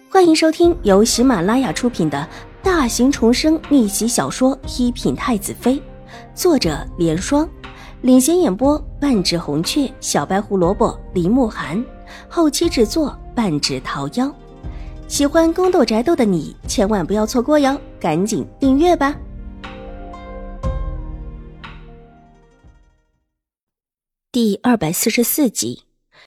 欢迎收听由喜马拉雅出品的大型重生逆袭小说《一品太子妃》，作者莲霜，领衔演播半指红雀、小白胡萝卜、林慕寒，后期制作半指桃夭。喜欢宫斗宅斗的你千万不要错过哟，赶紧订阅吧。第244集。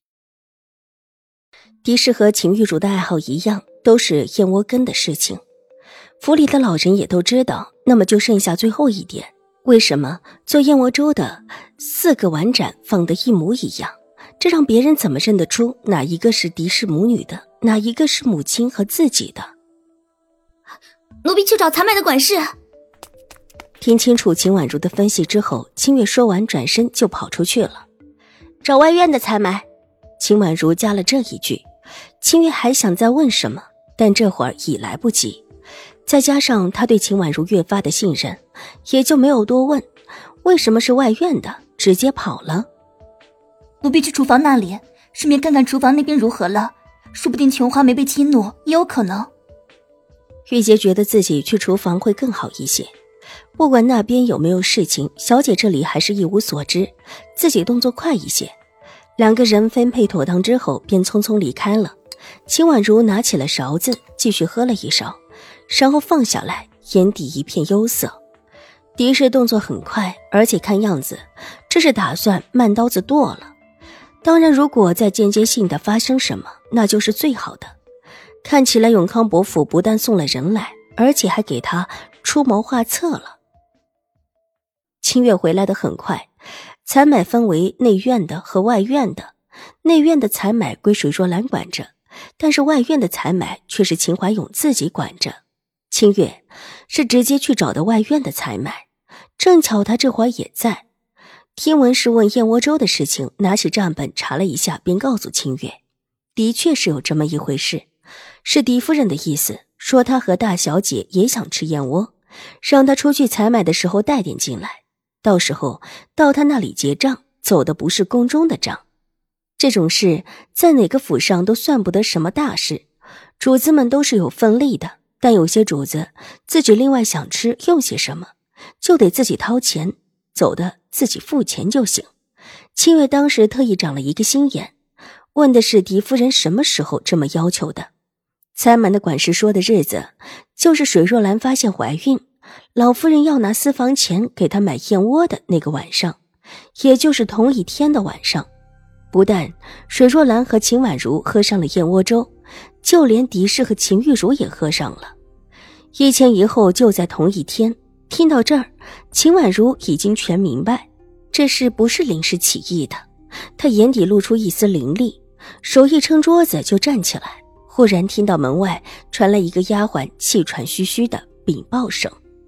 狄氏和秦玉茹的爱好一样，都是燕窝羹的事情。府里的老人也都知道，那么就剩下最后一点。为什么做燕窝粥的4个碗盏放得一模一样？这让别人怎么认得出哪一个是狄氏母女的，哪一个是母亲和自己的？ 奴婢去找采买的管事。 听清楚秦婉如的分析之后，清月说完转身就跑出去了。找外院的采买。秦婉如加了这一句。清月还想再问什么，但这会儿已来不及。再加上他对秦婉如越发的信任，也就没有多问为什么是外院的，直接跑了。 奴婢去厨房那里，顺便看看厨房那边如何了，说不定琼花没被激怒，也有可能。 玉洁觉得自己去厨房会更好一些，不管那边有没有事情，小姐这里还是一无所知，自己动作快一些。2个人分配妥当之后，便匆匆离开了。秦婉如拿起了勺子，继续喝了一勺，然后放下来，眼底一片忧色。狄氏动作很快，而且看样子这是打算慢刀子剁了。当然，如果再间接性的发生什么，那就是最好的。看起来永康伯府不但送了人来，而且还给他出谋划策了。清月回来的很快，采买分为内院的和外院的，内院的采买归水若兰管着，但是外院的采买却是秦怀勇自己管着。清月是直接去找的外院的采买，正巧他这会儿也在。听闻是问燕窝粥的事情，拿起账本查了一下，便告诉清月，的确是有这么一回事，是狄夫人的意思，说她和大小姐也想吃燕窝，让她出去采买的时候带点进来，到时候到他那里结账，走的不是宫中的账。这种事在哪个府上都算不得什么大事，主子们都是有分例的，但有些主子自己另外想吃用些什么，就得自己掏钱，走的自己付钱就行。清月当时特意长了一个心眼，问的是狄夫人什么时候这么要求的。采买的管事说的日子，就是水若兰发现怀孕，老夫人要拿私房钱给她买燕窝的那个晚上，也就是同一天的晚上。不但水若兰和秦婉如喝上了燕窝粥，就连狄氏和秦玉茹也喝上了。一前一后就在同一天。听到这儿，秦婉如已经全明白，这事不是临时起意的。她眼底露出一丝凌厉，手一撑桌子就站起来。忽然听到门外传来一个丫鬟气喘吁吁的禀报声：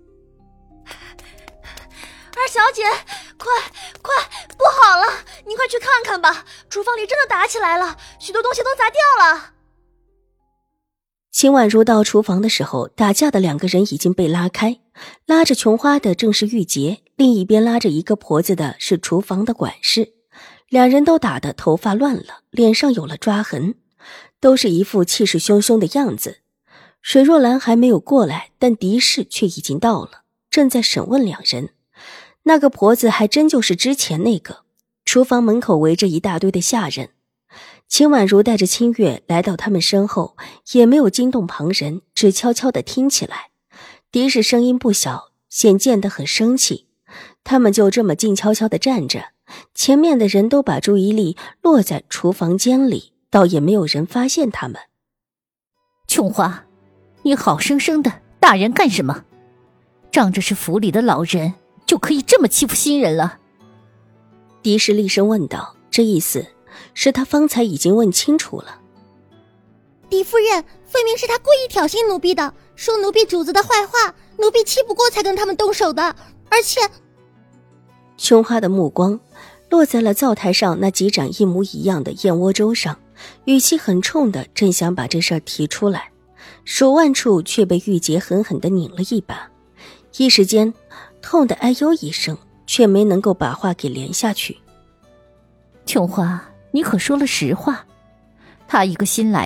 二小姐，快，不好了，你快去看看吧，厨房里真的打起来了，许多东西都砸掉了。 秦婉如到厨房的时候，打架的2个人已经被拉开，拉着琼花的正是玉洁，另一边拉着一个婆子的是厨房的管事，2人都打得头发乱了，脸上有了抓痕，都是一副气势汹汹的样子。水若兰还没有过来，但狄氏却已经到了，正在审问2人。那个婆子还真就是之前那个。厨房门口围着一大堆的下人，秦婉如带着清月来到他们身后，也没有惊动旁人，只悄悄地听起来。狄氏声音不小，显见得很生气。他们就这么静悄悄地站着，前面的人都把注意力落在厨房间里，倒也没有人发现他们。 琼花，你好生生的大人干什么？仗着是府里的老人就可以这么欺负新人了？ 狄氏厉声问道，这意思是他方才已经问清楚了。 狄夫人，分明是他故意挑衅奴婢的，说奴婢主子的坏话，奴婢气不过才跟他们动手的，而且…… 琼花的目光落在了灶台上那几盏一模一样的燕窝粥上，语气很冲的正想把这事儿提出来，手腕处却被玉洁狠狠地拧了一把，一时间痛得哎呦一声，却没能够把话给连下去。 琼花，你可说了实话，他一个新来的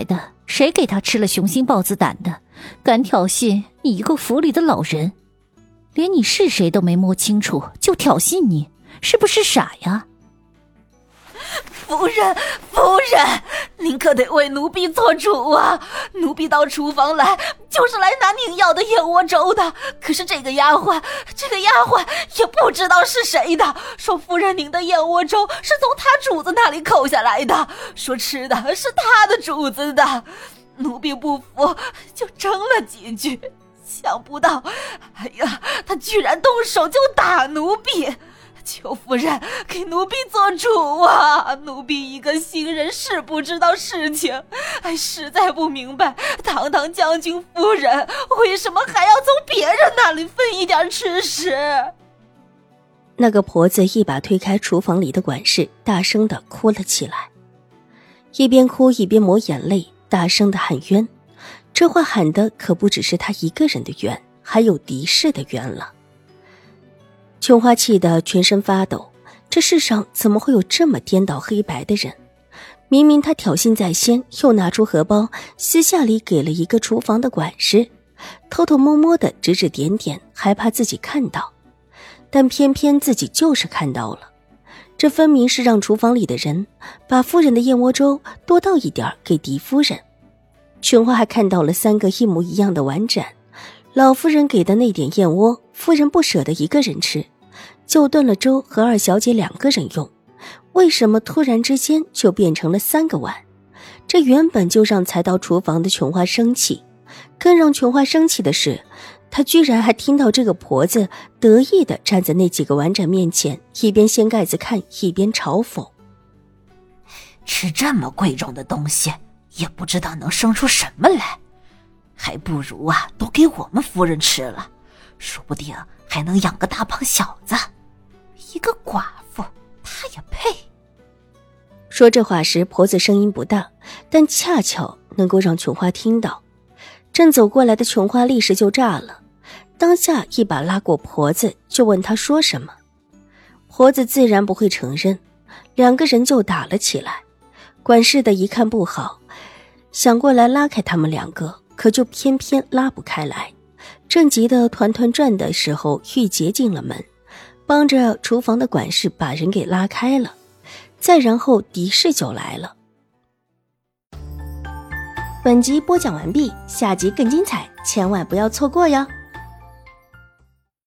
谁给他吃了雄心豹子胆的，敢挑衅你一个府里的老人？连你是谁都没摸清楚就挑衅你，是不是傻呀？ 夫人，您可得为奴婢做主啊！奴婢到厨房来，就是来拿您要的燕窝粥的。可是这个丫鬟也不知道是谁的，说夫人您的燕窝粥是从她主子那里扣下来的，说吃的是她的主子的。奴婢不服，就争了几句，想不到，哎呀，他居然动手就打奴婢。求夫人给奴婢做主啊！奴婢一个新人，是不知道事情，实在不明白，堂堂将军夫人为什么还要从别人那里分一点吃食？ 那个婆子一把推开厨房里的管事，大声地哭了起来，一边哭一边抹眼泪，大声地喊冤。这话喊的可不只是他一个人的冤，还有狄氏的冤了。琼花气得全身发抖，这世上怎么会有这么颠倒黑白的人？明明他挑衅在先，又拿出荷包私下里给了一个厨房的管事，偷偷摸摸的指指点点，还怕自己看到，但偏偏自己就是看到了。这分明是让厨房里的人把夫人的燕窝粥多倒一点给狄夫人。琼花还看到了3个一模一样的碗盏，老夫人给的那点燕窝，夫人不舍得一个人吃，就炖了粥和2小姐2个人用。为什么突然之间就变成了3个碗？这原本就让才到厨房的琼花生气，更让琼花生气的是，她居然还听到这个婆子得意地站在那几个碗盏面前，一边掀盖子看，一边嘲讽： 吃这么贵重的东西，也不知道能生出什么来，还不如啊都给我们夫人吃了，说不定还能养个大胖小子。一个寡妇，她也配？ 说这话时，婆子声音不大，但恰巧能够让琼花听到。正走过来的琼花立时就炸了，当下一把拉过婆子，就问她说什么。婆子自然不会承认，2个人就打了起来。管事的一看不好，想过来拉开他们2个，可就偏偏拉不开来。正急得团团转的时候，玉洁进了门，帮着厨房的管事把人给拉开了。再然后狄氏就来了。本集播讲完毕，下集更精彩，千万不要错过哟。